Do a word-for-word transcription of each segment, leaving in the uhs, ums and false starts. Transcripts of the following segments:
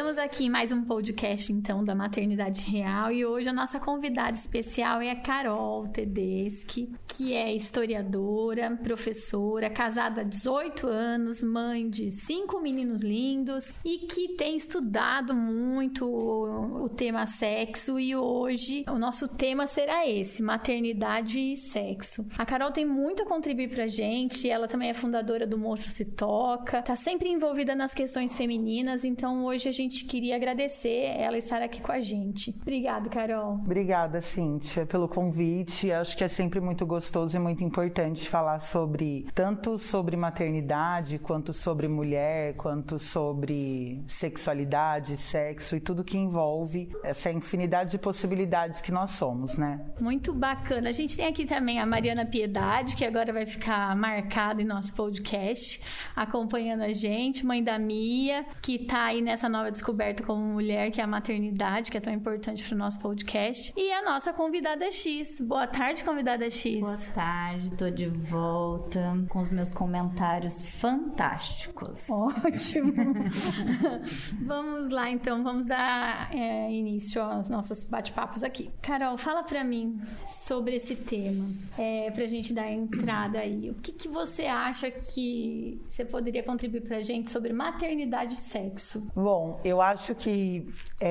Estamos aqui em mais um podcast, então, da Maternidade Real, e hoje a nossa convidada especial é a Carol Tedeschi, que é historiadora, professora, casada há dezoito anos, mãe de cinco meninos lindos e que tem estudado muito o, o tema sexo, e hoje o nosso tema será esse, maternidade e sexo. A Carol tem muito a contribuir pra gente, ela também é fundadora do Moça Se Toca, tá sempre envolvida nas questões femininas, então hoje a gente queria agradecer ela estar aqui com a gente. Obrigada, Carol. Obrigada, Cíntia, pelo convite. Acho que é sempre muito gostoso e muito importante falar sobre, tanto sobre maternidade, quanto sobre mulher, quanto sobre sexualidade, sexo e tudo que envolve essa infinidade de possibilidades que nós somos, né? Muito bacana. A gente tem aqui também a Mariana Piedade, que agora vai ficar marcada em nosso podcast, acompanhando a gente, mãe da Mia, que tá aí nessa nova descoberta como mulher, que é a maternidade, que é tão importante para o nosso podcast. E a nossa convidada X. Boa tarde, convidada X. Boa tarde, tô de volta com os meus comentários fantásticos. Ótimo. Vamos lá, então, vamos dar é, início aos nossos bate-papos aqui. Carol, fala pra mim sobre esse tema, é, pra gente dar entrada aí. O que, que você acha que você poderia contribuir pra gente sobre maternidade e sexo? Bom, eu acho que,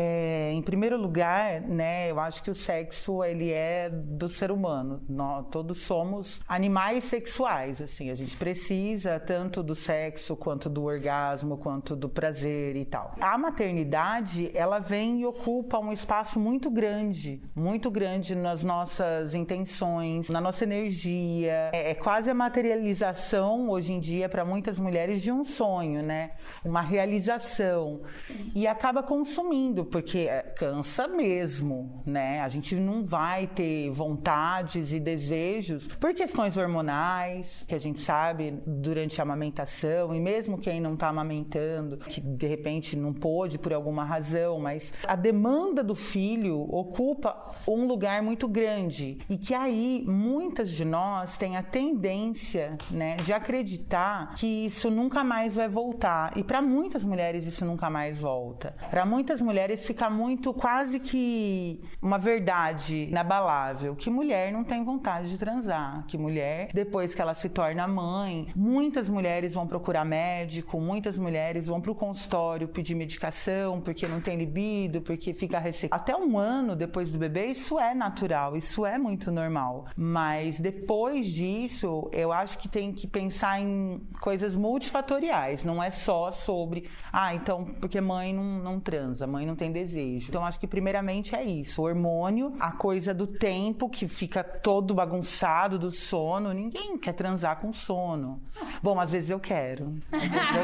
é, em primeiro lugar, né, eu acho que o sexo, ele é do ser humano. Nós todos somos animais sexuais, assim, a gente precisa tanto do sexo, quanto do orgasmo, quanto do prazer e tal. A maternidade, ela vem e ocupa um espaço muito grande, muito grande nas nossas intenções, na nossa energia. É, é quase a materialização, hoje em dia, para muitas mulheres, de um sonho, né? Uma realização. E acaba consumindo, porque cansa mesmo, né? A gente não vai ter vontades e desejos por questões hormonais, que a gente sabe durante a amamentação, e mesmo quem não está amamentando, que de repente não pôde por alguma razão, mas a demanda do filho ocupa um lugar muito grande, e que aí muitas de nós têm a tendência, né, de acreditar que isso nunca mais vai voltar, e para muitas mulheres isso nunca mais volta. Para muitas mulheres fica muito, quase que uma verdade inabalável, que mulher não tem vontade de transar, que mulher, depois que ela se torna mãe, muitas mulheres vão procurar médico, muitas mulheres vão pro consultório pedir medicação, porque não tem libido, porque fica ressecada. Até um ano depois do bebê, isso é natural, isso é muito normal. Mas depois disso, eu acho que tem que pensar em coisas multifatoriais, não é só sobre, ah, então, porque mãe não, não transa, mãe não tem desejo. Então, acho que primeiramente é isso, o hormônio, a coisa do tempo, que fica todo bagunçado do sono, ninguém quer transar com sono. Bom, às vezes eu quero, às vezes eu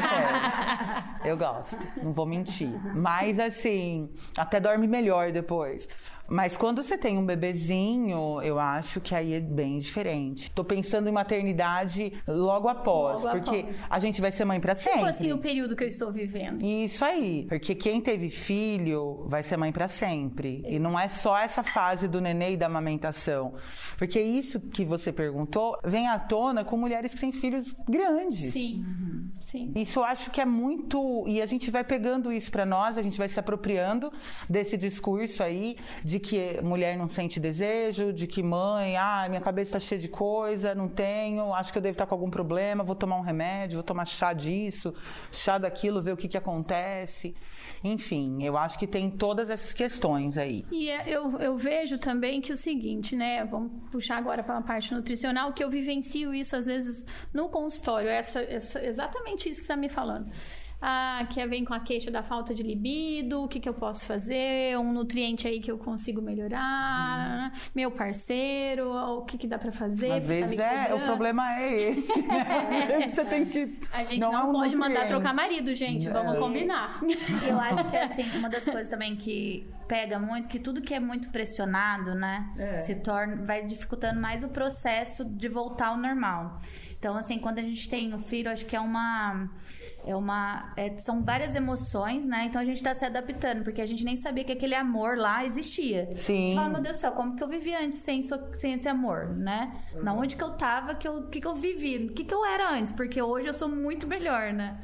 quero, eu gosto, não vou mentir. Mas assim, até dorme melhor depois. Mas quando você tem um bebezinho, eu acho que aí é bem diferente. Tô pensando em maternidade logo após, logo porque após. A gente vai ser mãe pra sempre. Tipo assim, o período que eu estou vivendo. Isso aí, porque quem teve filho vai ser mãe pra sempre. E não é só essa fase do nenê e da amamentação. Porque isso que você perguntou vem à tona com mulheres que têm filhos grandes. Sim, uhum. Sim. Isso eu acho que é muito... E a gente vai pegando isso pra nós, a gente vai se apropriando desse discurso aí de de que mulher não sente desejo, de que mãe, ah, minha cabeça tá cheia de coisa, não tenho, acho que eu devo estar com algum problema, vou tomar um remédio, vou tomar chá disso, chá daquilo, ver o que que acontece. Enfim, eu acho que tem todas essas questões aí. E eu, eu vejo também que o seguinte, né, vamos puxar agora para uma parte nutricional, que eu vivencio isso às vezes no consultório, essa, essa, exatamente isso que você está me falando. Ah, que vem com a queixa da falta de libido, o que, que eu posso fazer, um nutriente aí que eu consigo melhorar, hum. meu parceiro, o que, que dá pra fazer. Às vezes tá é, o problema é esse, né? Você tem que... A gente não, não é um pode nutriente. Mandar trocar marido, gente, vamos é. combinar. Eu acho que, assim, uma das coisas também que pega muito, que tudo que é muito pressionado, né, é. se torna, vai dificultando mais o processo de voltar ao normal. Então, assim, quando a gente tem um filho, acho que é uma... É uma é, são várias emoções, né? Então a gente tá se adaptando, porque a gente nem sabia que aquele amor lá existia. Sim. Você fala, meu Deus do céu, como que eu vivi antes sem, sem esse amor, né? Uhum. Na onde que eu tava, que eu, que, que eu vivi, o que, que eu era antes, porque hoje eu sou muito melhor, né?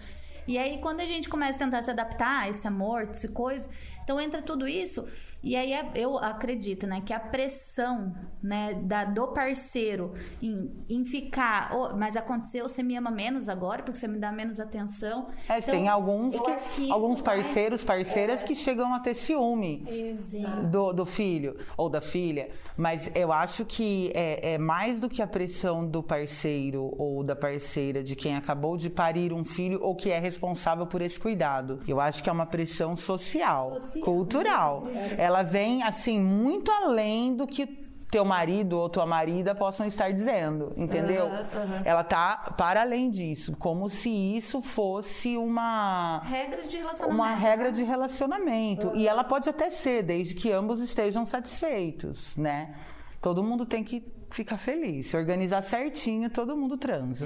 E aí, quando a gente começa a tentar se adaptar a esse amor, essa coisa, então entra tudo isso. E aí eu acredito, né, que a pressão, né, da, do parceiro em, em ficar, oh, mas aconteceu, você me ama menos agora porque você me dá menos atenção. É, então, tem alguns, que, que alguns parceiros, vai... parceiras é. que chegam a ter ciúme do, do filho ou da filha, mas eu acho que é, é mais do que a pressão do parceiro ou da parceira de quem acabou de parir um filho ou que é responsável por esse cuidado. Eu acho que é uma pressão social, social. cultural. É. Ela vem, assim, muito além do que teu marido ou tua marida possam estar dizendo, entendeu? Uhum, uhum. Ela tá para além disso, como se isso fosse uma... Regra de relacionamento. Uma regra de relacionamento. Uhum. E ela pode até ser, desde que ambos estejam satisfeitos, né? Todo mundo tem que ficar feliz. Se organizar certinho, todo mundo transa.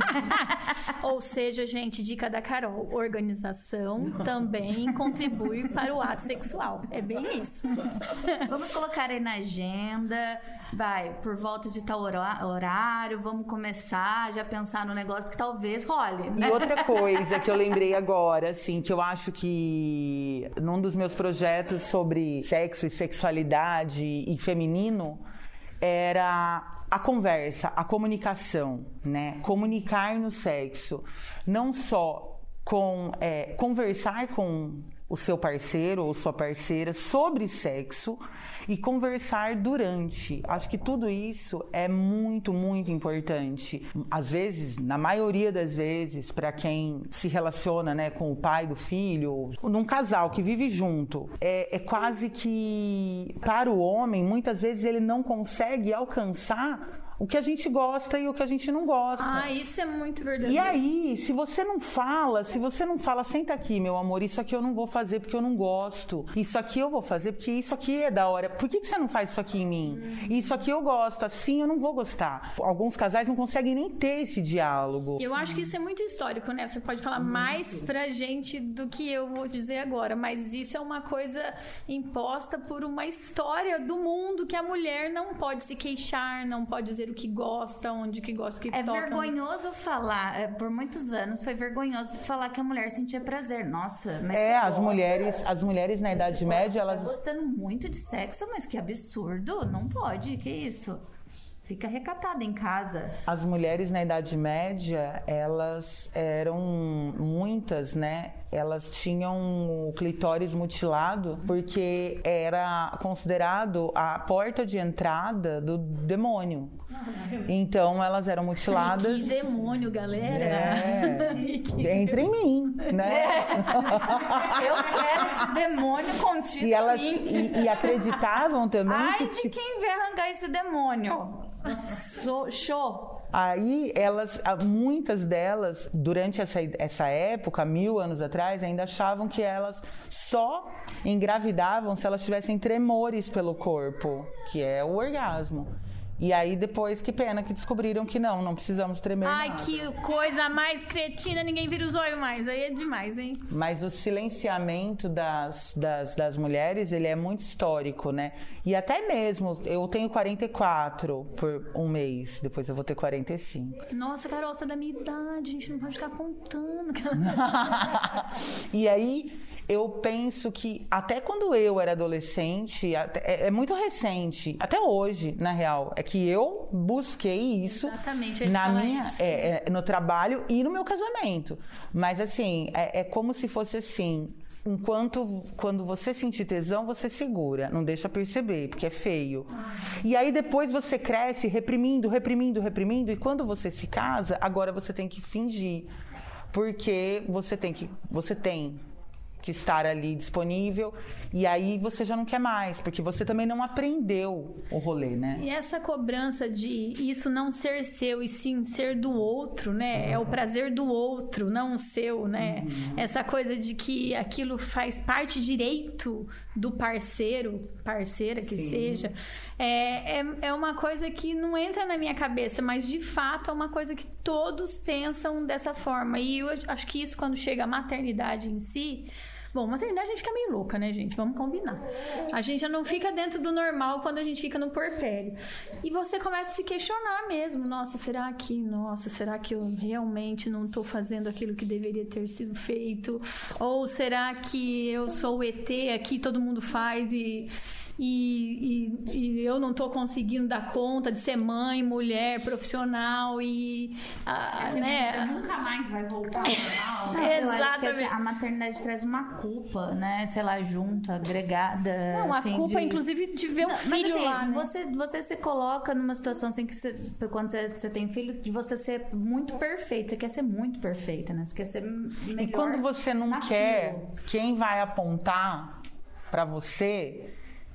Ou seja, gente, dica da Carol, organização também contribui para o ato sexual. É bem isso. Vamos colocar aí na agenda, vai, por volta de tal horário, vamos começar já pensar no negócio, porque talvez role, né? E outra coisa que eu lembrei agora, assim, que eu acho que num dos meus projetos sobre sexo e sexualidade e feminino, era a conversa, a comunicação, né? Comunicar no sexo, não só com é, conversar com o seu parceiro ou sua parceira sobre sexo e conversar durante. Acho que tudo isso é muito, muito importante. Às vezes, na maioria das vezes, para quem se relaciona, né, com o pai do filho, num casal que vive junto, é, é quase que, para o homem, muitas vezes ele não consegue alcançar o que a gente gosta e o que a gente não gosta. Ah, isso é muito verdadeiro. E aí, se você não fala, se você não fala, senta aqui, meu amor, isso aqui eu não vou fazer porque eu não gosto. Isso aqui eu vou fazer porque isso aqui é da hora. Por que, que você não faz isso aqui em mim? Hum. Isso aqui eu gosto, assim eu não vou gostar. Alguns casais não conseguem nem ter esse diálogo. Eu acho que isso é muito histórico, né? Você pode falar muito mais pra gente do que eu vou dizer agora, mas isso é uma coisa imposta por uma história do mundo que a mulher não pode se queixar, não pode dizer o que gosta, onde que gosta, o que é toca. É vergonhoso falar, por muitos anos foi vergonhoso falar que a mulher sentia prazer. Nossa, mas é, as gosta. mulheres, as mulheres na Idade você Média, elas... Tá gostando muito de sexo, mas que absurdo, não pode, que isso? Fica recatada em casa. As mulheres na Idade Média, elas eram muitas, né? Elas tinham o clitóris mutilado porque era considerado a porta de entrada do demônio. Então elas eram mutiladas. Que demônio, galera! É. Entra em mim, né? É. Eu quero esse demônio contigo. E elas em mim. E, e acreditavam também. Ai, que, de tipo... quem vai arrancar esse demônio? So, show! Aí elas, muitas delas, durante essa, essa época, mil anos atrás, ainda achavam que elas só engravidavam se elas tivessem tremores pelo corpo, que é o orgasmo. E aí depois, que pena que descobriram que não, não precisamos tremer Ai, nada. que coisa mais cretina, ninguém vira os olhos mais, aí é demais, hein? Mas o silenciamento das, das, das mulheres, ele é muito histórico, né? E até mesmo, eu tenho quarenta e quatro por um mês, depois eu vou ter quarenta e cinco. Nossa, Carol, você é da minha idade, a gente não pode ficar contando. E aí... eu penso que até quando eu era adolescente, é, é muito recente, até hoje, na real, é que eu busquei isso Exatamente, na minha, isso. É, é, no trabalho e no meu casamento. Mas assim, é, é como se fosse assim, enquanto quando você sentir tesão, você segura, não deixa perceber, porque é feio. E aí depois você cresce reprimindo, reprimindo, reprimindo, e quando você se casa, agora você tem que fingir, porque você tem que, você tem que estar ali disponível, e aí você já não quer mais, porque você também não aprendeu o rolê, né? E essa cobrança de isso não ser seu e sim ser do outro, né? Uhum. É o prazer do outro, não o seu, né? Uhum. Essa coisa de que aquilo faz parte direito do parceiro, parceira que sim. seja, é, é, é uma coisa que não entra na minha cabeça, mas de fato é uma coisa que todos pensam dessa forma. E eu acho que isso, quando chega à maternidade em si, Bom, maternidade a gente fica meio louca, né, gente? Vamos combinar. A gente já não fica dentro do normal quando a gente fica no puerpério. E você começa a se questionar mesmo. Nossa, será que... Nossa, será que eu realmente não tô fazendo aquilo que deveria ter sido feito? Ou será que eu sou o E T aqui, todo mundo faz e... E, e, e eu não tô conseguindo dar conta de ser mãe, mulher, profissional e... A, né? Nunca mais vai voltar ao normal. Né? Eu acho que assim, a maternidade traz uma culpa, né? Sei lá, junto, agregada. Não, a assim, culpa, de... inclusive, de ver um filho mas, assim, lá, né? Você, você se coloca numa situação assim que você, quando você, você tem filho, de você ser muito perfeita. Você quer ser muito perfeita, né? Você quer ser melhor. E quando você não naquilo. quer, quem vai apontar pra você...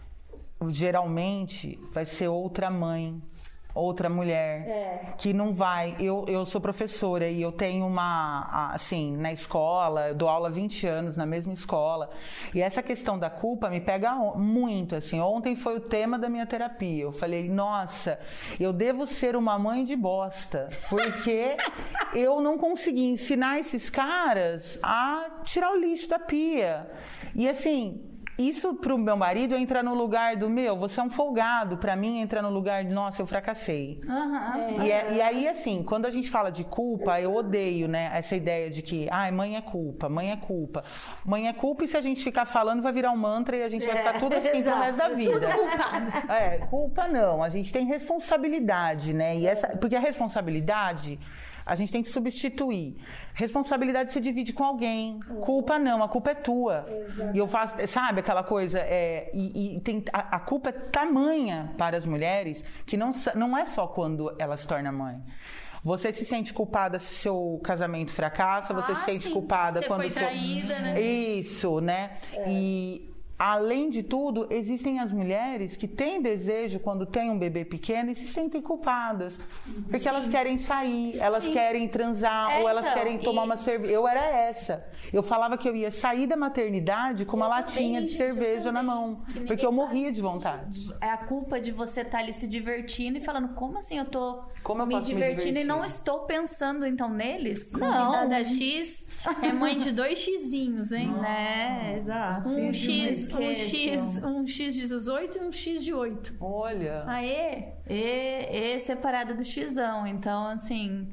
geralmente vai ser outra mãe, outra mulher, é. que não vai... Eu, eu sou professora e eu tenho uma... Assim, na escola, eu dou aula há vinte anos na mesma escola. E essa questão da culpa me pega muito, assim. Ontem foi o tema da minha terapia. Eu falei, nossa, eu devo ser uma mãe de bosta, porque eu não consegui ensinar esses caras a tirar o lixo da pia. E assim... Isso pro meu marido entra no lugar do meu, você é um folgado. Pra mim entra no lugar de, nossa, eu fracassei. Uhum. E, é, e aí, assim, quando a gente fala de culpa, eu odeio, né, essa ideia de que, ai, mãe é culpa, mãe é culpa. Mãe é culpa e se a gente ficar falando vai virar um mantra e a gente vai ficar tudo assim pro resto da vida. É, culpa não, a gente tem responsabilidade, né? E essa, porque a responsabilidade... A gente tem que substituir. Responsabilidade se divide com alguém. Uhum. Culpa não, a culpa é tua. Exato. E eu faço, sabe aquela coisa? É, e, e tem, a, a culpa é tamanha para as mulheres que não, não é só quando ela se torna mãe. Você se sente culpada se seu casamento fracassa, você ah, se sente sim. culpada você quando foi traída, seu... né? Isso, né? É. E além de tudo, existem as mulheres que têm desejo quando tem um bebê pequeno e se sentem culpadas. Porque Sim. elas querem sair, elas Sim. querem transar, é, ou elas então, querem tomar e... uma cerveja. Eu era essa. Eu falava que eu ia sair da maternidade com uma eu latinha de cerveja na mão. Porque eu morria de vontade. É a culpa de você estar ali se divertindo e falando, como assim eu tô como eu me, posso divertindo me divertir? E não estou pensando então neles? Não. Convidada X é mãe de dois xizinhos, hein? Né, exato. Um X... Um X, um X de dezoito e um X de oito. Olha. Aê! E, e separada do Xão. Então, assim,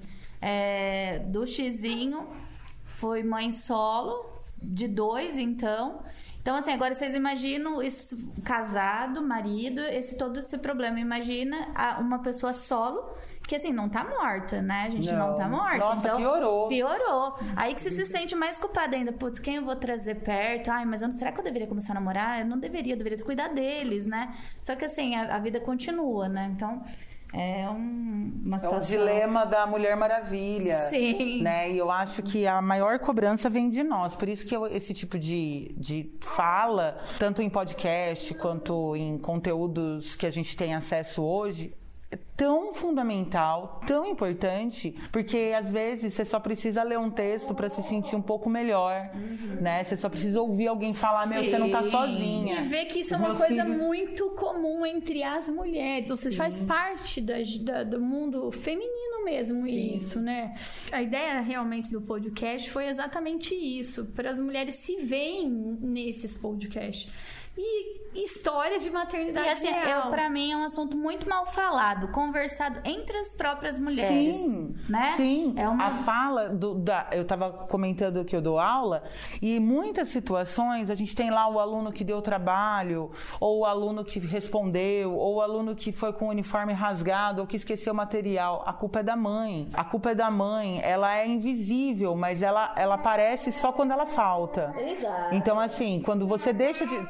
é, do Xzinho foi mãe solo, de dois, então. Então, assim, agora vocês imaginam isso, casado, marido, esse, todo esse problema. Imagina a, uma pessoa solo que, assim, não tá morta, né? A gente não, não tá morta. Nossa, então, piorou. Piorou. Aí que você se sente mais culpada ainda. Putz, quem eu vou trazer perto? Ai, mas eu, será que eu deveria começar a namorar? Eu não deveria, eu deveria cuidar deles, né? Só que, assim, a, a vida continua, né? Então... É um, uma situação... É um dilema da Mulher Maravilha. Sim. Né? E eu acho que a maior cobrança vem de nós. Por isso que eu, esse tipo de, de fala, tanto em podcast quanto em conteúdos que a gente tem acesso hoje, é tão fundamental, tão importante, porque às vezes você só precisa ler um texto para se sentir um pouco melhor, uhum. né? Você só precisa ouvir alguém falar, meu, você não tá sozinha. E ver que isso Os é uma coisa filhos... muito comum entre as mulheres, ou seja, Sim. faz parte da, da, do mundo feminino mesmo. Sim. Isso, né? A ideia realmente do podcast foi exatamente isso, para as mulheres se verem nesses podcasts. E histórias de maternidade e assim, real. Eu, pra mim é um assunto muito mal falado, conversado entre as próprias mulheres. Sim, né? sim. É uma... A fala do, da, eu tava comentando que eu dou aula e em muitas situações a gente tem lá o aluno que deu trabalho, ou o aluno que respondeu, ou o aluno que foi com o uniforme rasgado, ou que esqueceu o material. A culpa é da mãe. A culpa é da mãe. Ela é invisível, mas ela, ela aparece só quando ela falta. Exato. Então, assim, quando você deixa de...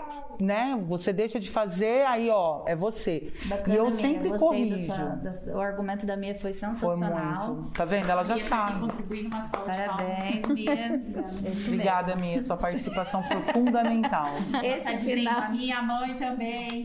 né? Você deixa de fazer, aí ó, é você. Bacana, e eu Mia, sempre corrijo. Sua, da, o argumento da Mia foi sensacional. Foi muito. Tá vendo? Ela já Mia sabe. Parabéns, Mia. Obrigada, Mia. Sua participação foi fundamental. Esse tá final... A minha mãe também.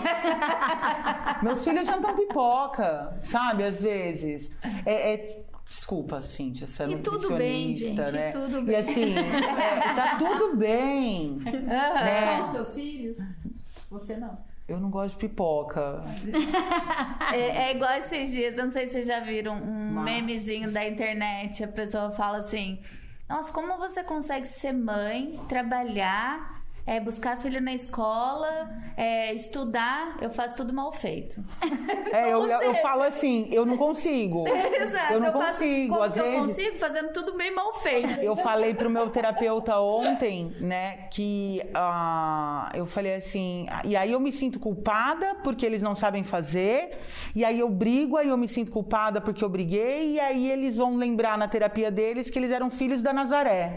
Meus filhos jantam pipoca, sabe? Às vezes. É... é... Desculpa, Cíntia, você é e nutricionista, tudo bem, gente, né? E tudo bem. E assim, é, tá tudo bem. Uhum. Né? São os seus filhos? Você não. Eu não gosto de pipoca. É, é igual esses dias, eu não sei se vocês já viram um Mas... memezinho da internet. A pessoa fala assim... nossa, como você consegue ser mãe, trabalhar, é, buscar filho na escola, é, estudar, eu faço tudo mal feito. É, eu, eu falo assim, eu não consigo. Exato, eu não eu faço, consigo. como Às que vezes, eu consigo fazendo tudo bem mal feito. Eu falei pro meu terapeuta ontem, né, que uh, eu falei assim, e aí eu me sinto culpada porque eles não sabem fazer, e aí eu brigo, aí eu me sinto culpada porque eu briguei, e aí eles vão lembrar na terapia deles que eles eram filhos da Nazaré.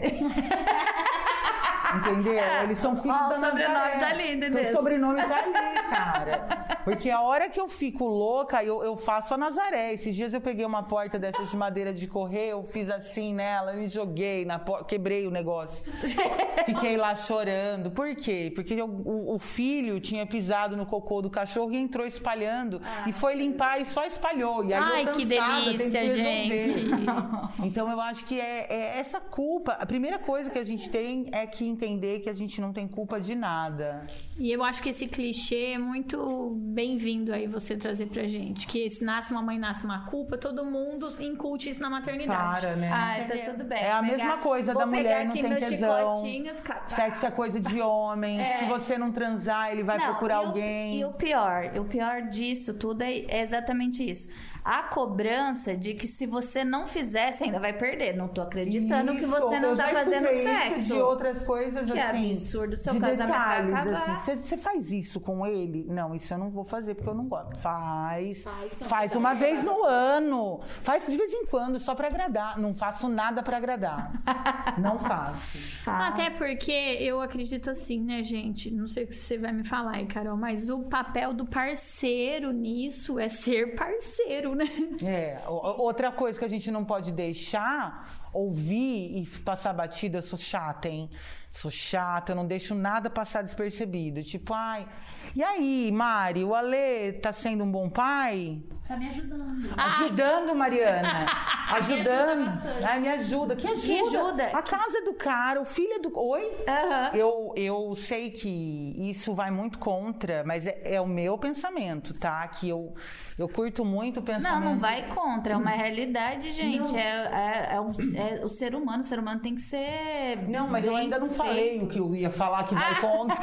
Entendeu? Eles são filhos oh, da Nazaré. O sobrenome tá ali, entendeu? O sobrenome tá ali, cara. Porque a hora que eu fico louca, eu, eu faço a Nazaré. Esses dias eu peguei uma porta dessas de madeira de correr, eu fiz assim nela, me joguei na porta, quebrei o negócio. Fiquei lá chorando. Por quê? Porque eu, o, o filho tinha pisado no cocô do cachorro e entrou espalhando. Ah, e foi limpar e só espalhou. E aí ai, eu cansada, que delícia, que gente. Então eu acho que é, é essa culpa. A primeira coisa que a gente tem é que entender que a gente não tem culpa de nada. E eu acho que esse clichê é muito bem-vindo aí você trazer pra gente. Que se nasce uma mãe, nasce uma culpa, todo mundo incute isso na maternidade. Para, né? Ah, tá tudo bem. É a pegar, mesma coisa da mulher, não tem tesão. Ficar... Sexo é coisa de homem. É. Se você não transar, ele vai não, procurar e alguém. O, e o pior, o pior disso tudo é, é exatamente isso. A cobrança de que se você não fizer, você ainda vai perder. Não tô acreditando isso, que você não tá fazendo sexo. Isso de outras coisas que assim. Que absurdo, seu de casamento detalhes, vai acabar. Assim. Você, você faz isso com ele? Não, isso eu não vou fazer porque eu não gosto. Faz. Faz, faz uma vez no ano. Faz de vez em quando, só pra agradar. Não faço nada pra agradar. Não faço. Faz. Até porque eu acredito assim, né, gente? Não sei o que você vai me falar aí, Carol, mas o papel do parceiro nisso é ser parceiro, né? É, outra coisa que a gente não pode deixar ouvir e passar batida, eu sou chata, hein? Sou chata, eu não deixo nada passar despercebido. Tipo, ai, e aí, Mari, o Alê tá sendo um bom pai? Tá me ajudando. Ajudando, Mariana. Ajudando. Me ajuda ai, me ajuda. Que ajuda? Que ajuda? A casa do cara, o filho do... Oi? Uhum. Eu, eu sei que isso vai muito contra, mas é, é o meu pensamento, tá? Que eu, eu curto muito o pensamento... Não, não vai contra. É uma realidade, gente. É, é, é, um, é o ser humano. O ser humano tem que ser... Não, mas eu ainda não falei o que eu ia falar que vai contra.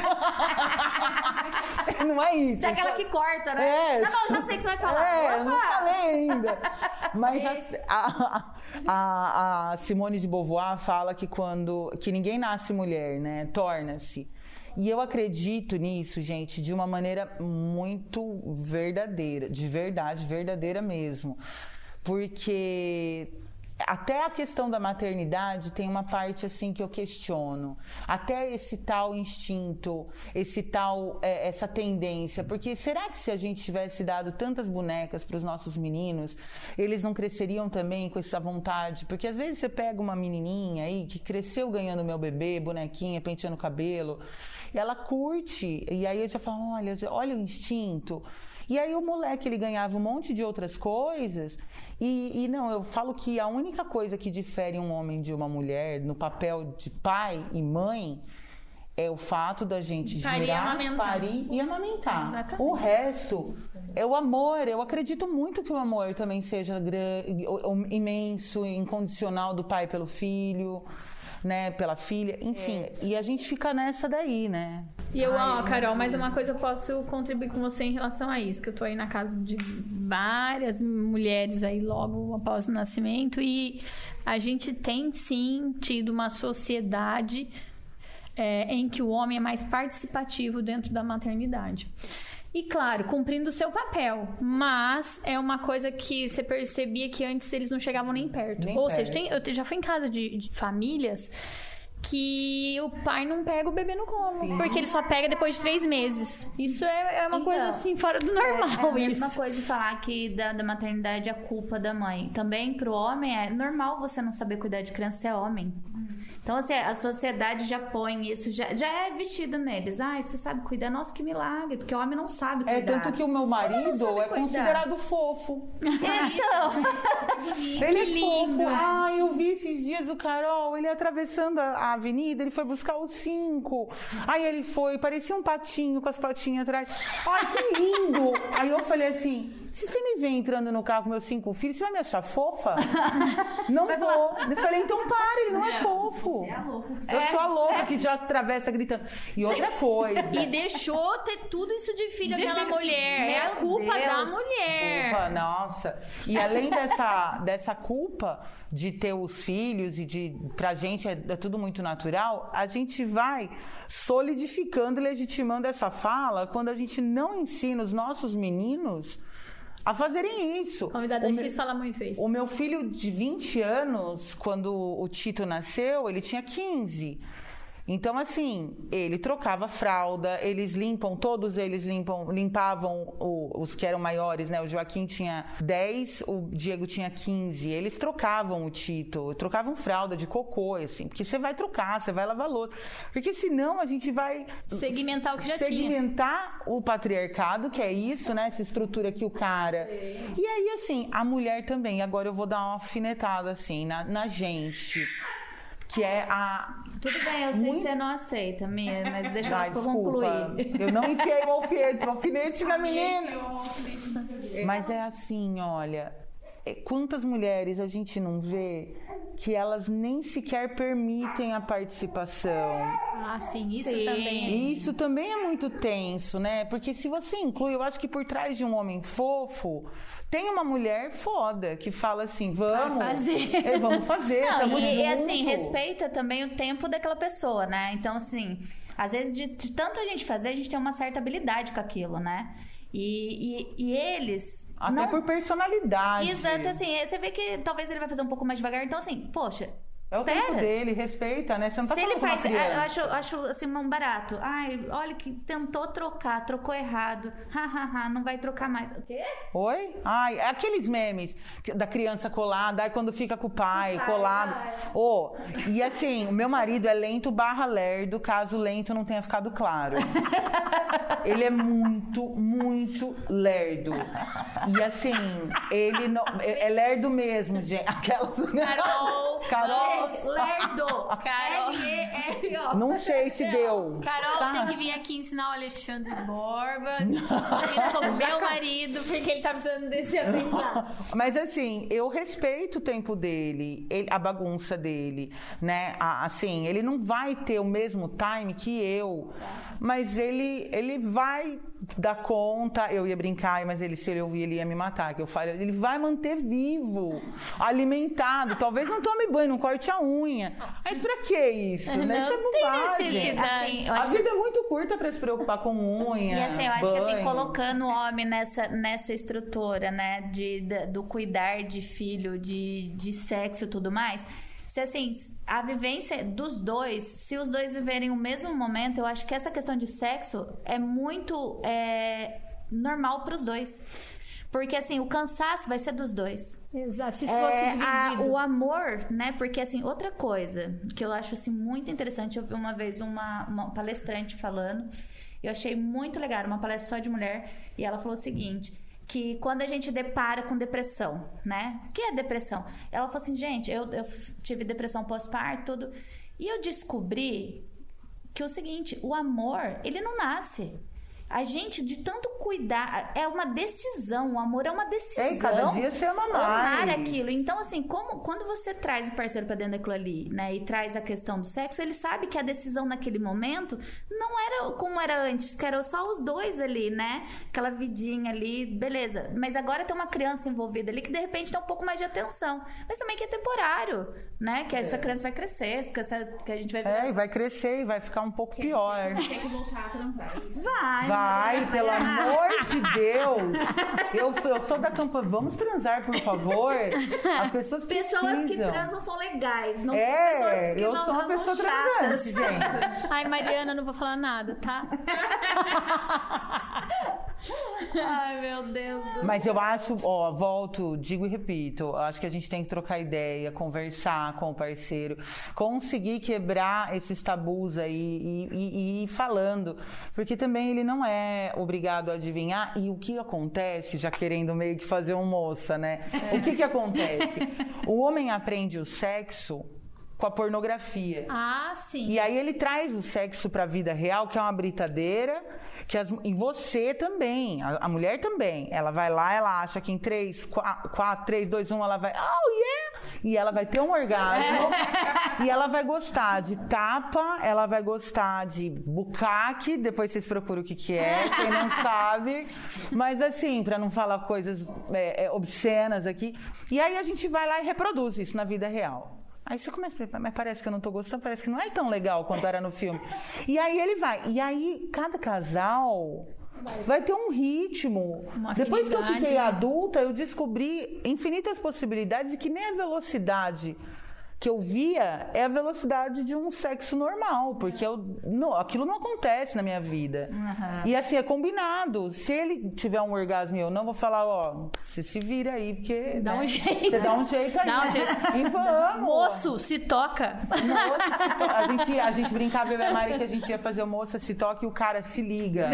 Não é isso. Você é aquela que corta, né? É, não, não, já sei que você vai falar. É, eu não falei ainda. Mas a, a, a Simone de Beauvoir fala que quando que ninguém nasce mulher, né? Torna-se. E eu acredito nisso, gente, de uma maneira muito verdadeira, de verdade, verdadeira mesmo. Porque até a questão da maternidade tem uma parte assim que eu questiono. Até esse tal instinto, esse tal, é, essa tendência. Porque será que se a gente tivesse dado tantas bonecas para os nossos meninos, eles não cresceriam também com essa vontade? Porque às vezes você pega uma menininha aí que cresceu ganhando meu bebê, bonequinha, penteando o cabelo, e ela curte. E aí eu já falo, olha, olha o instinto. E aí o moleque, ele ganhava um monte de outras coisas. E, e não, eu falo que a única coisa que difere um homem de uma mulher no papel de pai e mãe é o fato da gente girar, parir e amamentar. Exatamente. O resto é o amor. Eu acredito muito que o amor também seja grande, imenso, incondicional do pai pelo filho, né, pela filha, enfim. É. E a gente fica nessa daí, né? E eu, ó, Carol, mas uma coisa eu posso contribuir com você em relação a isso, que eu tô aí na casa de várias mulheres aí logo após o nascimento, e a gente tem sim tido uma sociedade é, em que o homem é mais participativo dentro da maternidade. E claro, cumprindo o seu papel, mas é uma coisa que você percebia que antes eles não chegavam nem perto. Nem Ou perto. seja, tem, eu já fui em casa de, de famílias que o pai não pega o bebê no colo, sim, porque ele só pega depois de três meses. Isso é, é uma então, coisa assim, fora do normal. É, é a mesma isso. coisa de falar que da, da maternidade é a culpa da mãe. Também pro homem é normal você não saber cuidar de criança, você é homem. Então, assim, a sociedade já põe isso, já, já é vestido neles. Ai, você sabe cuidar? Nossa, que milagre, porque o homem não sabe cuidar. É tanto que o meu marido é considerado fofo. Então. Ele é fofo. Ai, eu vi esses dias o Carol, ele atravessando a, a avenida, ele foi buscar os cinco. Aí ele foi, parecia um patinho com as patinhas atrás. Ai, que lindo! Aí eu falei assim, se você me vê entrando no carro com meus cinco filhos, você vai me achar fofa? Não vai vou. Falar. Eu falei, então para, ele não é, é fofo. Você é a louca. Eu é, sou a louca é. que já atravessa gritando. E outra coisa. E deixou ter tudo isso de filho aquela mulher. É a culpa Deus. da mulher. Culpa, nossa. E além dessa, dessa culpa de ter os filhos e de, pra gente é, é tudo muito natural, a gente vai solidificando e legitimando essa fala quando a gente não ensina os nossos meninos a fazerem isso. A convidada X meu, fala muito isso. O meu filho de vinte anos, quando o Tito nasceu, ele tinha quinze. Então, assim, ele trocava fralda, eles limpam, todos eles limpam, limpavam o, os que eram maiores, né? O Joaquim tinha dez, o Diego tinha quinze. Eles trocavam o Tito, trocavam fralda de cocô, assim, porque você vai trocar, você vai lavar louça. Porque senão a gente vai... Segmentar o que já segmentar tinha. o patriarcado, que é isso, né? Essa estrutura que o cara... Sim. E aí, assim, a mulher também. Agora eu vou dar uma alfinetada, assim, na, na gente... Que é a... Tudo bem, eu sei muito... que você não aceita, Mia, mas deixa Ai, eu concluir. Eu não enfiei o alfinete, o alfinete na menina. Mas é assim, olha... Quantas mulheres a gente não vê que elas nem sequer permitem a participação? Ah, sim, isso sim. também. É. Isso também é muito tenso, né? Porque se você inclui, eu acho que por trás de um homem fofo, tem uma mulher foda que fala assim, vamos Vai fazer. É, vamos fazer, não, tamo e, junto. E assim, respeita também o tempo daquela pessoa, né? Então, assim, às vezes de, de tanto a gente fazer, a gente tem uma certa habilidade com aquilo, né? E, e, e eles... Até não... por personalidade. Exato, assim, você vê que talvez ele vai fazer um pouco mais devagar. Então, assim, poxa, é o espera. tempo dele, respeita, né? Você não tá Se falando ele faz, com uma criança. eu acho, acho assim, um barato. Ai, olha que tentou trocar, trocou errado. Hahaha, não vai trocar mais. O quê? Oi? Ai, aqueles memes da criança colada, aí quando fica com o pai, ai, colado. Oh, e assim, o meu marido é lento barra lerdo, caso lento não tenha ficado claro. Ele é muito, muito lerdo. E assim, ele não, é, é lerdo mesmo, gente. Aquelas... Carol! Carol! Lerdo! Carol! R E R, não sei se deu. Carol, sabe? Você que vir aqui ensinar o Alexandre Borba como meu marido, porque ele tá precisando desse aprendizado. Mas assim, eu respeito o tempo dele, ele, a bagunça dele, né? A, assim, ele não vai ter o mesmo time que eu, mas ele, ele vai dar conta. Eu ia brincar, mas ele, se ele ouvir, ele ia me matar. Que eu falo, ele vai manter vivo, alimentado. Talvez não tome banho, não corte a unha. Mas pra que isso? Né? Isso é bobagem. Assim, a vida que... é muito curta pra se preocupar com unha. E assim, eu acho banho. que assim, colocando o homem nessa, nessa estrutura, né? De, de, do cuidar de filho, de, de sexo e tudo mais. Se assim, a vivência dos dois, se os dois viverem o mesmo momento, eu acho que essa questão de sexo é muito é, normal pros dois. Porque, assim, o cansaço vai ser dos dois. Exato, se isso fosse é, dividido. A, o amor, né? Porque, assim, outra coisa que eu acho, assim, muito interessante, eu vi uma vez uma, uma palestrante falando, eu achei muito legal, uma palestra só de mulher, e ela falou o seguinte, que quando a gente depara com depressão, né? O que é depressão? Ela falou assim, gente, eu, eu tive depressão pós-parto, tudo, e eu descobri que é o seguinte, o amor, ele não nasce. A gente, de tanto cuidar, é uma decisão, o amor é uma decisão. É, cada dia você ama mais. Amar aquilo. Então, assim, como, quando você traz o parceiro pra dentro daquilo ali, né, e traz a questão do sexo, ele sabe que a decisão naquele momento não era como era antes, que eram só os dois ali, né? Aquela vidinha ali, beleza. Mas agora tem uma criança envolvida ali que, de repente, tem um pouco mais de atenção. Mas também que é temporário, né? Que é. essa criança vai crescer, que, essa, que a gente vai... É, e vai crescer e vai ficar um pouco Quer pior. Tem que voltar a transar, isso. Vai. Vai, pelo amor de Deus. Eu, eu sou da campanha, vamos transar, por favor. As pessoas precisam. Pessoas que transam são legais, não é, são pessoas que eu não, sou uma não pessoa são chatas. transante, gente. Ai, Mariana, não vou falar nada, tá? Ai, meu Deus. Mas eu acho, ó, volto, digo e repito, acho que a gente tem que trocar ideia, conversar com o parceiro, conseguir quebrar esses tabus aí e, e, e ir falando, porque também ele não é obrigado a adivinhar. E o que acontece, já querendo meio que fazer um moça, né? O que que acontece? O homem aprende o sexo com a pornografia. Ah, sim. E aí ele traz o sexo pra vida real, que é uma britadeira, que as, e você também, a, a mulher também. Ela vai lá, ela acha que em três, quatro, três, dois, um, ela vai, oh yeah! E ela vai ter um orgasmo. É. E ela vai gostar de tapa, ela vai gostar de bucaque, depois vocês procuram o que que é, quem não sabe. Mas assim, pra não falar coisas é, é, obscenas aqui. E aí a gente vai lá e reproduz isso na vida real. Aí você começa a pensar, mas parece que eu não tô gostando, parece que não é tão legal quanto era no filme. E aí ele vai. E aí cada casal vai ter um ritmo. Uma Depois que eu fiquei adulta, eu descobri infinitas possibilidades e que nem a velocidade que eu via é a velocidade de um sexo normal, porque eu, não, aquilo não acontece na minha vida. Uhum. E assim, é combinado. Se ele tiver um orgasmo e eu não, vou falar, ó, você se vira aí, porque... Dá né, um jeito. Você dá um jeito aí. Dá um jeito. E vamos. Moço, se toca. Moça, se to... a, gente, a gente brincava, eu e a Mari, que a gente ia fazer o moça, se toca e o cara se liga.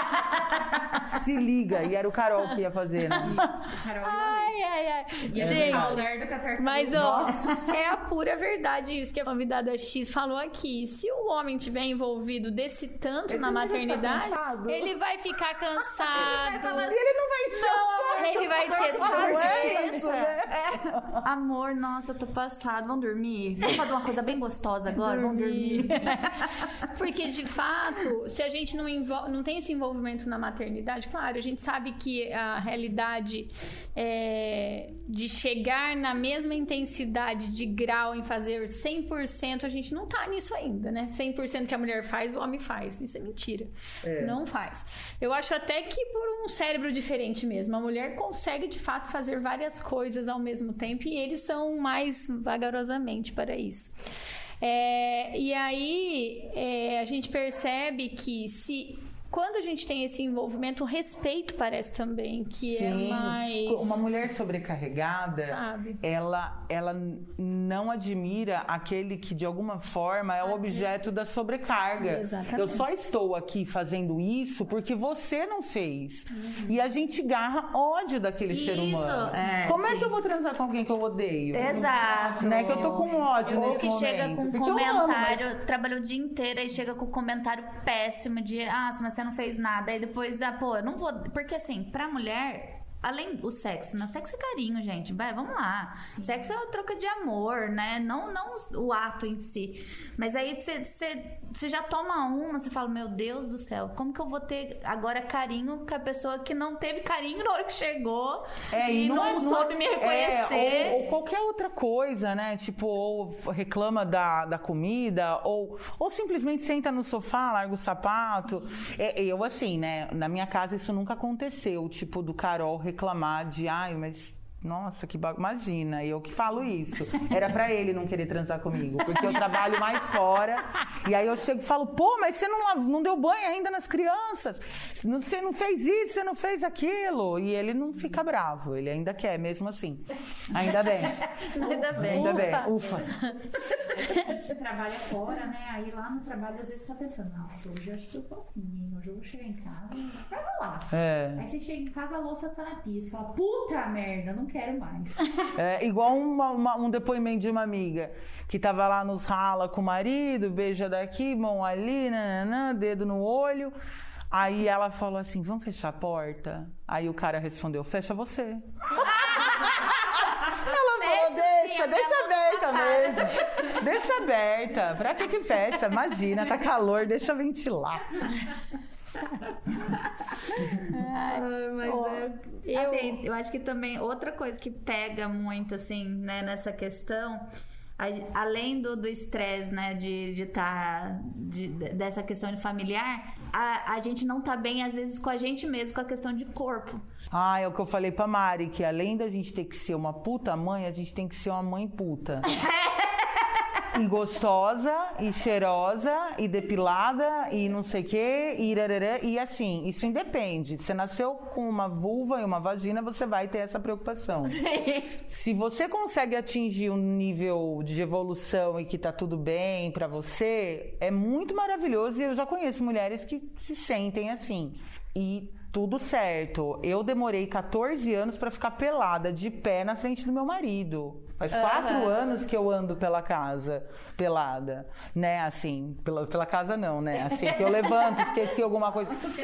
Se liga. E era o Carol que ia fazer, né? Isso, Carol ai, ai, ai. E gente, mas ó, é a pura verdade isso que a convidada X falou aqui. Se o homem tiver envolvido desse tanto ele na maternidade, ele vai ficar cansado. Ele vai, ele não vai encher. Não, ele vai ter dor é isso, né? É. Amor, nossa, eu tô passado. Vamos dormir? Vamos fazer uma coisa bem gostosa agora? Vamos dormir. Porque, de fato, se a gente não, envol... não tem esse envolvimento na maternidade, claro, a gente sabe que a realidade é de chegar na mesma intensidade de grau em fazer cem por cento, a gente não tá nisso ainda, né? cem por cento que a mulher faz, o homem faz. Isso é mentira. É. Não faz. Eu acho até que por um cérebro diferente mesmo. A mulher consegue, de fato, fazer várias coisas ao mesmo tempo e eles são mais vagarosamente para isso. É, e aí, é, a gente percebe que se... Quando a gente tem esse envolvimento, o respeito parece também que Sim. é mais... Uma mulher sobrecarregada, Sabe? Ela, ela não admira aquele que, de alguma forma, é o objeto da sobrecarga. Exatamente. Eu só estou aqui fazendo isso porque você não fez. Uhum. E a gente garra ódio daquele isso, ser humano. É, Como sim. é que eu vou transar com alguém que eu odeio? Exato. Né? Que eu tô com ódio Ou nesse que momento. chega com um porque comentário, amo, mas... trabalhou o dia inteiro e chega com um comentário péssimo de, ah, mas você não fez nada. Aí depois, ah, pô, eu não vou... Porque assim, pra mulher... Além do sexo, né? O sexo é carinho, gente. Vai, vamos lá. Sim. Sexo é uma troca de amor, né? Não, não o ato em si. Mas aí você já toma uma, você fala, meu Deus do céu, como que eu vou ter agora carinho com a pessoa que não teve carinho na hora que chegou é, e, e não, não soube me reconhecer? É, ou, ou qualquer outra coisa, né? Tipo, ou reclama da, da comida, ou, ou simplesmente senta no sofá, larga o sapato. É, eu, assim, né? Na minha casa isso nunca aconteceu. Tipo, do Carol reclamar de, ai, mas nossa, que bagunça. Imagina, eu que falo isso. Era pra ele não querer transar comigo, porque eu trabalho mais fora. E aí eu chego e falo, pô, mas você não, não deu banho ainda nas crianças. Você não fez isso, você não fez aquilo. E ele não fica bravo, ele ainda quer, mesmo assim. Ainda bem. Ainda bem. Ainda Ufa. bem, ufa. A gente trabalha fora, né? Aí lá no trabalho, às vezes, tá pensando, nossa, hoje eu acho que eu tô afim, hein? Hoje eu vou chegar em casa e vai rolar. É. Aí você chega em casa, a louça tá na pia. Você fala, puta merda, não quero mais. É, igual uma, uma, um depoimento de uma amiga que tava lá nos rala com o marido, beija daqui, mão ali, nananã, dedo no olho. Aí ela falou assim, vamos fechar a porta? Aí o cara respondeu, fecha você. Ela falou, deixa, deixa aberta mesmo. Deixa aberta. Pra que que fecha? Imagina, tá calor, deixa ventilar. Ai, mas oh, é, eu... assim, eu acho que também outra coisa que pega muito assim, né, nessa questão, a, além do estresse, né, de de tá de, dessa questão de familiar, a, a gente não tá bem às vezes com a gente mesmo, com a questão de corpo. Ah, é o que eu falei pra Mari, que além da gente ter que ser uma puta mãe, a gente tem que ser uma mãe puta. E gostosa, e cheirosa, e depilada, e não sei o quê, e irarará. E assim, isso independe. Você nasceu com uma vulva e uma vagina, você vai ter essa preocupação. Sim. Se você consegue atingir um nível de evolução e que tá tudo bem pra você, é muito maravilhoso. E eu já conheço mulheres que se sentem assim. E tudo certo. Eu demorei quatorze anos pra ficar pelada de pé na frente do meu marido. Faz quatro uhum. anos que eu ando pela casa, pelada, né, assim, pela, pela casa não, né, assim, que eu levanto, esqueci alguma coisa. Porque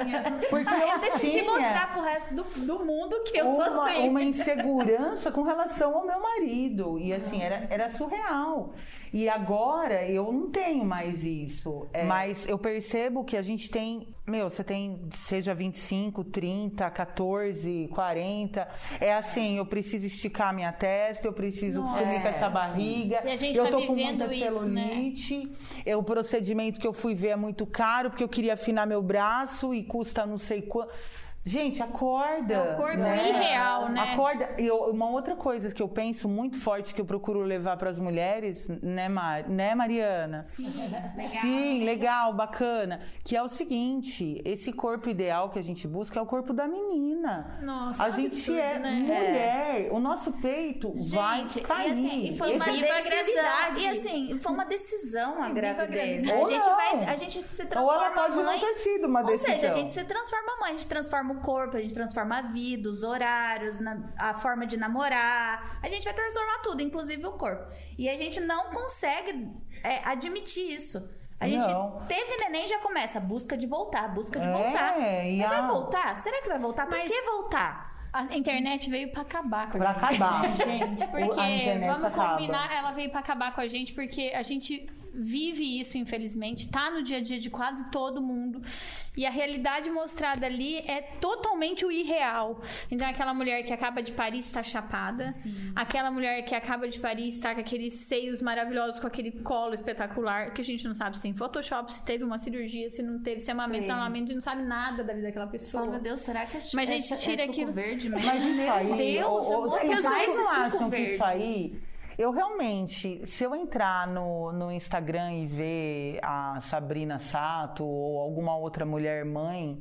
eu, eu decidi tinha mostrar pro resto do, do mundo que eu uma, sou assim. Uma insegurança com relação ao meu marido, e assim, era, era surreal. E agora eu não tenho mais isso. É. Mas eu percebo que a gente tem... Meu, você tem, seja vinte e cinco, trinta, quatorze, quarenta. É assim, eu preciso esticar minha testa, eu preciso Nossa. sumir com essa barriga. E a gente eu tá tô com muita isso, celulite. Né? É, o procedimento que eu fui ver é muito caro, porque eu queria afinar meu braço e custa não sei quanto. Gente, acorda. É o corpo né? irreal, né? Acorda. E eu, uma outra coisa que eu penso muito forte, que eu procuro levar para as mulheres, né, Mar... né, Mariana? Sim, legal. Sim, legal, bacana. Que é o seguinte, esse corpo ideal que a gente busca é o corpo da menina. Nossa, a gente absurdo, é né? mulher. O nosso peito gente, vai cair. E, assim, e foi uma esse... decisão. E assim, foi uma decisão a gravidez. Né? Ou a gente não. vai, a gente se transforma Ou ela pode mãe. não ter sido uma Ou decisão. Ou seja, a gente se transforma mãe, a gente transforma o corpo, a gente transforma a vida, os horários, na, a forma de namorar. A gente vai transformar tudo, inclusive o corpo. E a gente não consegue é, admitir isso. A gente não. teve neném, já começa a busca de voltar, busca de é, voltar. E a... Vai voltar? Será que vai voltar? Por Mas... que voltar? A internet veio pra acabar com a pra gente. Pra acabar. Gente, porque, a internet vamos acaba. combinar, ela veio pra acabar com a gente porque a gente vive isso, infelizmente, tá no dia a dia de quase todo mundo. E a realidade mostrada ali é totalmente o irreal. Então, aquela mulher que acaba de parir está chapada. Sim. Aquela mulher que acaba de parir está com aqueles seios maravilhosos, com aquele colo espetacular, que a gente não sabe se tem Photoshop, se teve uma cirurgia, se não teve, se é amamento, se é amamento, a gente não sabe nada da vida daquela pessoa. Oh, meu Deus, será que é Mas a gente tira é aquilo verde mesmo? Mas isso aí, meu Deus, ou, ou, vocês não acham verde. que isso aí... Eu realmente, se eu entrar no, no Instagram e ver a Sabrina Sato ou alguma outra mulher mãe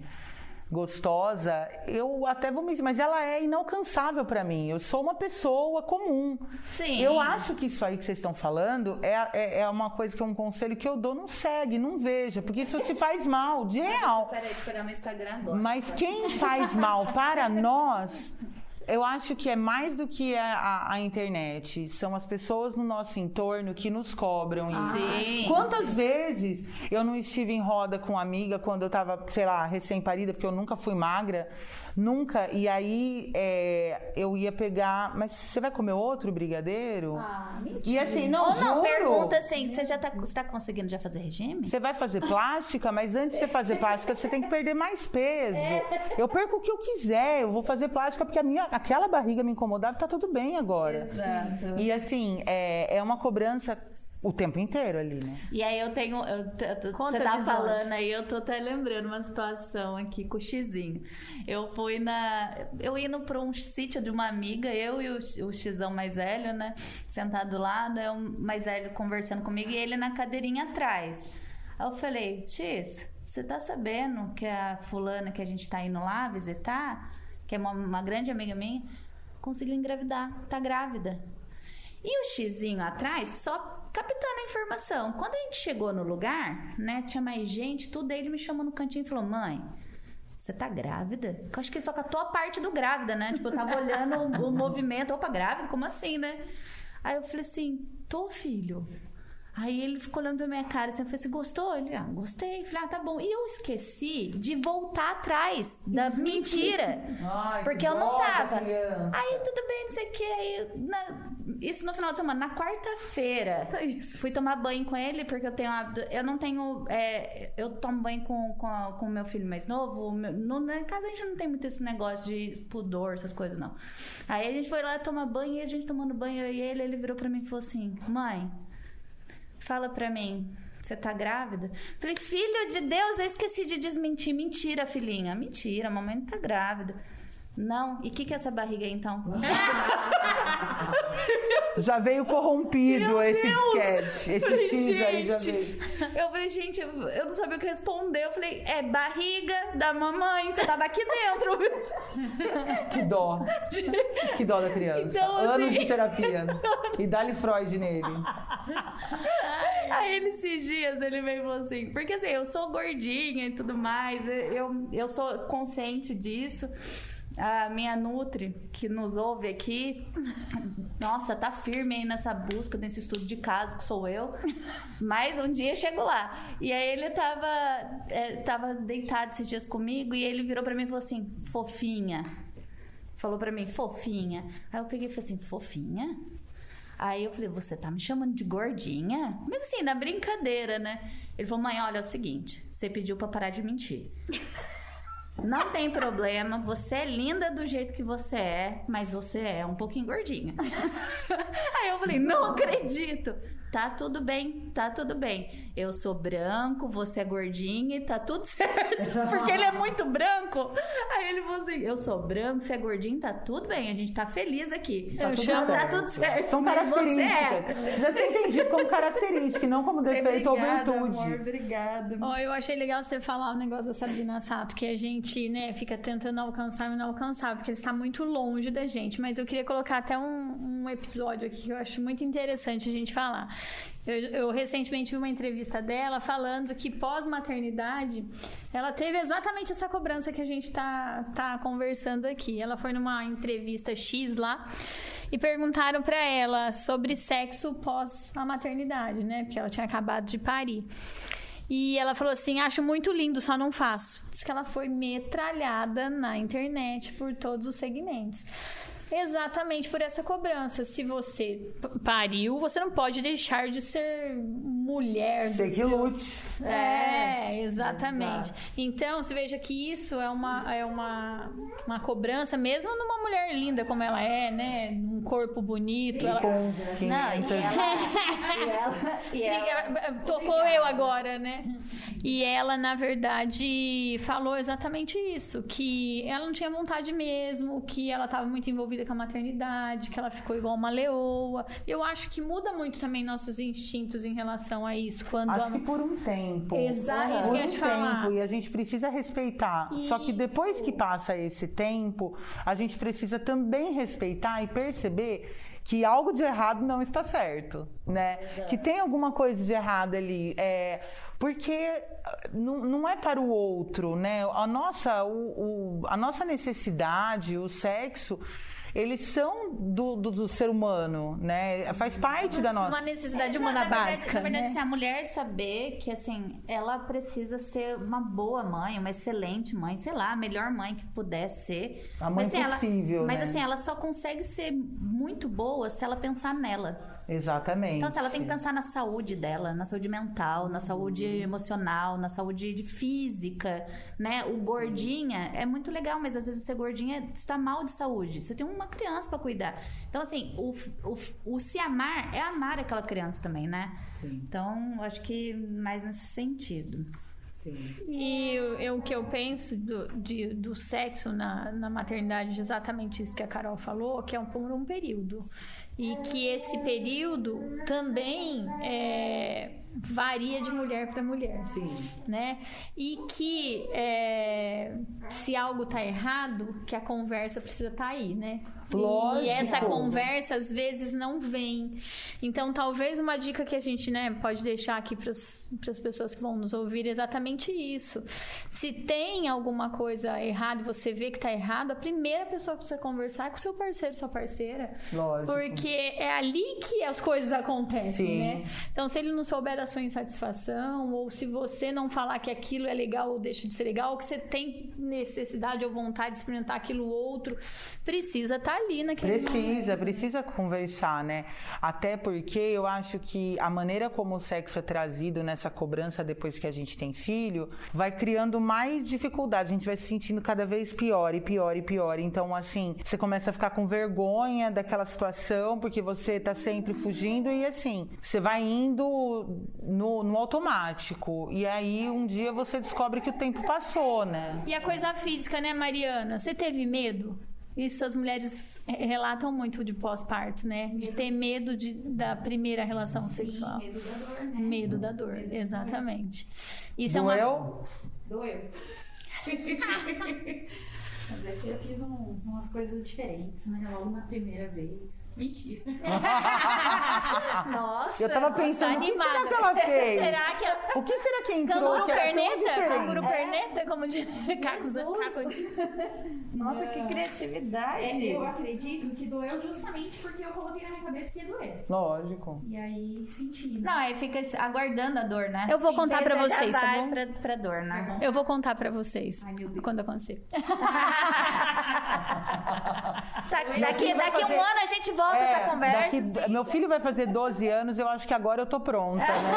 gostosa, eu até vou me... Mas ela é inalcançável pra mim. Eu sou uma pessoa comum. Sim. Eu acho que isso aí que vocês estão falando é, é, é uma coisa que é um conselho que eu dou. Não segue, não veja, porque isso te faz mal, de real. Peraí, deixa eu pegar meu Instagram agora. Mas quem faz mal para nós... Eu acho que é mais do que a, a, a internet. São as pessoas no nosso entorno que nos cobram isso. Sim. Quantas vezes eu não estive em roda com uma amiga quando eu tava, sei lá, recém-parida, porque eu nunca fui magra. Nunca. E aí é, eu ia pegar... Mas você vai comer outro brigadeiro? Ah, mentira. E assim, não, Ou não, juro. pergunta assim, você já tá, você tá conseguindo já fazer regime? Você vai fazer plástica, mas antes de você fazer plástica, você tem que perder mais peso. Eu perco o que eu quiser, eu vou fazer plástica porque a minha, aquela barriga me incomodava, tá tudo bem agora. Exato. E assim, é, é uma cobrança o tempo inteiro ali, né? E aí eu tenho... Eu, eu, você tá falando aí, eu tô até lembrando uma situação aqui com o Xizinho. Eu fui na... Eu indo pra um sítio de uma amiga, eu e o, o Xizão mais velho, né? Sentado lá, daí o mais velho conversando comigo e ele na cadeirinha atrás. Aí eu falei, X, você tá sabendo que a fulana que a gente tá indo lá visitar, que é uma, uma grande amiga minha, conseguiu engravidar, tá grávida. E o Xizinho atrás só captando a informação. Quando a gente chegou no lugar, né, tinha mais gente, tudo, aí ele me chamou no cantinho e falou, mãe, você tá grávida? Eu acho que ele só catou a parte do grávida, né? Tipo, eu tava olhando o, o movimento, opa, grávida? Como assim, né? Aí eu falei assim, tô, filho. Aí ele ficou olhando pra minha cara assim, eu falei assim, gostou? Ele, ah, gostei. Eu falei, ah, tá bom. E eu esqueci de voltar atrás da Isso mentira. Ai, porque eu não tava. Criança. Aí tudo bem, não sei o que. Aí, na, isso no final de semana. Na quarta-feira, fui tomar banho com ele, porque eu tenho hábito. Eu não tenho. É, eu tomo banho com o com, com meu filho mais novo. Meu, no, na casa a gente não tem muito esse negócio de pudor, essas coisas, não. Aí a gente foi lá tomar banho e a gente tomando banho, eu e ele, ele virou pra mim e falou assim: mãe, fala pra mim, você tá grávida? Falei, filho de Deus, eu esqueci de desmentir. Mentira, filhinha. Mentira, a mamãe não tá grávida. Não. E o que que é essa barriga aí, então? Já veio corrompido Meu esse disquete. Esse falei, X gente, aí já veio. Eu falei, gente, eu, eu não sabia o que responder. Eu falei, é barriga da mamãe. Você tava aqui dentro. Que dó. Que dó da criança. Então, assim... Anos de terapia. E dá-lhe Freud nele. Aí ele, esses dias, ele veio e falou assim, porque assim, eu sou gordinha e tudo mais, eu, eu sou consciente disso. A minha Nutri, que nos ouve aqui, nossa, tá firme aí nessa busca, nesse estudo de caso, que sou eu. Mas um dia eu chego lá. E aí ele tava, é, tava deitado esses dias comigo e ele virou pra mim e falou assim, fofinha. Falou pra mim, fofinha. Aí eu peguei e falei assim, fofinha? Aí eu falei, você tá me chamando de gordinha? Mas assim, na brincadeira, né? Ele falou, mãe, olha, é o seguinte, você pediu pra parar de mentir. Não tem problema, você é linda do jeito que você é, mas você é um pouquinho gordinha. Aí eu falei, não acredito. Tá tudo bem, tá tudo bem. Eu sou branco, você é gordinha e tá tudo certo. Porque ele é muito branco. Aí ele falou assim, eu sou branco, você é gordinho, tá tudo bem. A gente tá feliz aqui. Tá, tudo, certo. Tá tudo certo. São mas características. Você é. Precisa ser entendido como característica, não como defeito obrigada, ou virtude. Amor, obrigada. Oh, eu achei legal você falar o negócio da Sabrina Sato, que a gente, né, fica tentando alcançar e não alcançar, porque ele está muito longe da gente. Mas eu queria colocar até um, um episódio aqui que eu acho muito interessante a gente falar. Eu, eu recentemente vi uma entrevista dela falando que pós-maternidade ela teve exatamente essa cobrança que a gente tá, tá conversando aqui. Ela foi numa entrevista X lá e perguntaram pra ela sobre sexo pós a maternidade, né? Porque ela tinha acabado de parir. E ela falou assim, acho muito lindo, só não faço. Diz que ela foi metralhada na internet por todos os segmentos. Exatamente por essa cobrança. Se você pariu, você não pode deixar de ser mulher. Ser que lute. É, exatamente. Exato. Então, você veja que isso é uma, é uma, uma cobrança, mesmo numa mulher linda como ela é, né? Num corpo bonito. Ela... Com não, e ela, e ela, e ela... Tocou Obrigada. Eu agora, né? E ela, na verdade, falou exatamente isso. Que ela não tinha vontade mesmo, que ela estava muito envolvida com a maternidade, que ela ficou igual uma leoa. Eu acho que muda muito também nossos instintos em relação a isso. Quando acho a... que por um tempo. Exato, isso por que eu ia um te tempo, falar. E a gente precisa respeitar. Isso. Só que depois que passa esse tempo, a gente precisa também respeitar e perceber que algo de errado não está certo, né? É que tem alguma coisa de errado ali. É... Porque não, não é para o outro, né? A nossa, o, o, a nossa necessidade, o sexo, eles são do, do, do ser humano, né? Faz parte uma, da nossa... Uma necessidade humana na verdade, básica, Na verdade, né? se a mulher saber que, assim, ela precisa ser uma boa mãe, uma excelente mãe, sei lá, a melhor mãe que puder ser. A mãe mas, assim, possível, ela, Mas, né? assim, ela só consegue ser muito boa se ela pensar nela. Exatamente. Então, assim, ela tem que pensar na saúde dela, na saúde mental, na saúde emocional, na saúde física, né? O gordinha é muito legal, mas às vezes ser gordinha está mal de saúde. Você tem uma criança para cuidar. Então, assim, o, o, o se amar é amar aquela criança também, né? Sim. Então, acho que mais nesse sentido. Sim. E o que eu penso do, de, do sexo na, na maternidade, exatamente isso que a Carol falou, que é um, por um período. E que esse período também é, varia de mulher para mulher. Sim. Né? E que é, se algo tá errado, que a conversa precisa estar tá aí, né? Lógico. E essa conversa às vezes não vem. Então, talvez uma dica que a gente, né, pode deixar aqui para as pessoas que vão nos ouvir é exatamente isso. Se tem alguma coisa errada e você vê que tá errado, a primeira pessoa que você conversar é com seu parceiro, sua parceira. Lógico. Porque é ali que as coisas acontecem, Sim. né? Então, se ele não souber da sua insatisfação, ou se você não falar que aquilo é legal ou deixa de ser legal, ou que você tem necessidade ou vontade de experimentar aquilo outro, precisa estar ali naquele Precisa, momento. precisa conversar, né? Até porque eu acho que a maneira como o sexo é trazido nessa cobrança depois que a gente tem filho, vai criando mais dificuldade. A gente vai se sentindo cada vez pior e pior e pior. Então, assim, você começa a ficar com vergonha daquela situação, porque você tá sempre fugindo e, assim, você vai indo no, no automático. E aí, um dia você descobre que o tempo passou, né? E a coisa física, né, Mariana? Você teve medo? Isso as mulheres relatam muito de pós-parto, né? De ter medo de, da primeira relação Sim, sexual. medo da dor, né? Medo da dor, exatamente. Isso Doeu? é uma... Doeu. Mas é que eu fiz um, umas coisas diferentes, né? Logo na primeira vez. Mentira. Nossa, Eu tava pensando, o que será que ela fez? Será que ela... O que será que entrou Canguru que era tão perneta? diferente? Canguru perneta, como diz Caco. Nossa, que criatividade. É, eu acredito que doeu justamente porque eu coloquei na minha cabeça que ia doer. Lógico. E aí senti, né? Não, aí fica aguardando a dor, né? Eu vou Sim, contar você pra já vocês, tá vai bom? pra, pra dor, né? Eu vou contar pra vocês Ai, meu Deus. quando acontecer. Tá, daqui vai daqui fazer- um ano a gente volta É, essa conversa. daqui- assim. meu filho vai fazer doze anos, eu acho que agora eu tô pronta, né?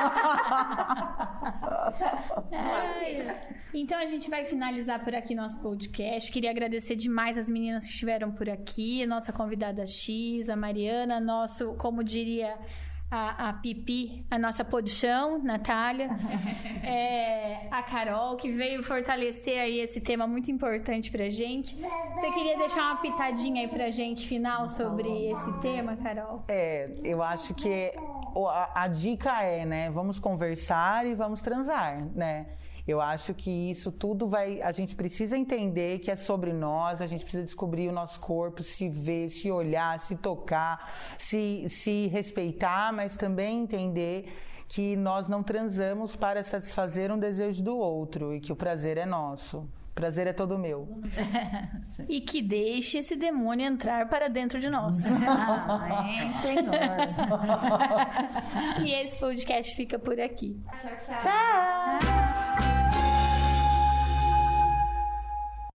Ai. Então a gente vai finalizar por aqui nosso podcast. Queria agradecer demais as meninas que estiveram por aqui, a nossa convidada X, a Mariana, nosso, como diria a, a Pipi, a nossa podchão, Natália, é, a Carol, que veio fortalecer aí esse tema muito importante pra gente. Você queria deixar uma pitadinha aí pra gente final sobre esse tema, Carol? É, eu acho que o- a, a dica é, né? Vamos conversar e vamos transar, né? Eu acho que isso tudo vai... A gente precisa entender que é sobre nós, a gente precisa descobrir o nosso corpo, se ver, se olhar, se tocar, se, se respeitar, mas também entender que nós não transamos para satisfazer um desejo do outro e que o prazer é nosso. O prazer é todo meu. E que deixe esse demônio entrar para dentro de nós. Amém, Senhor. E esse podcast fica por aqui. Tchau, tchau. Tchau!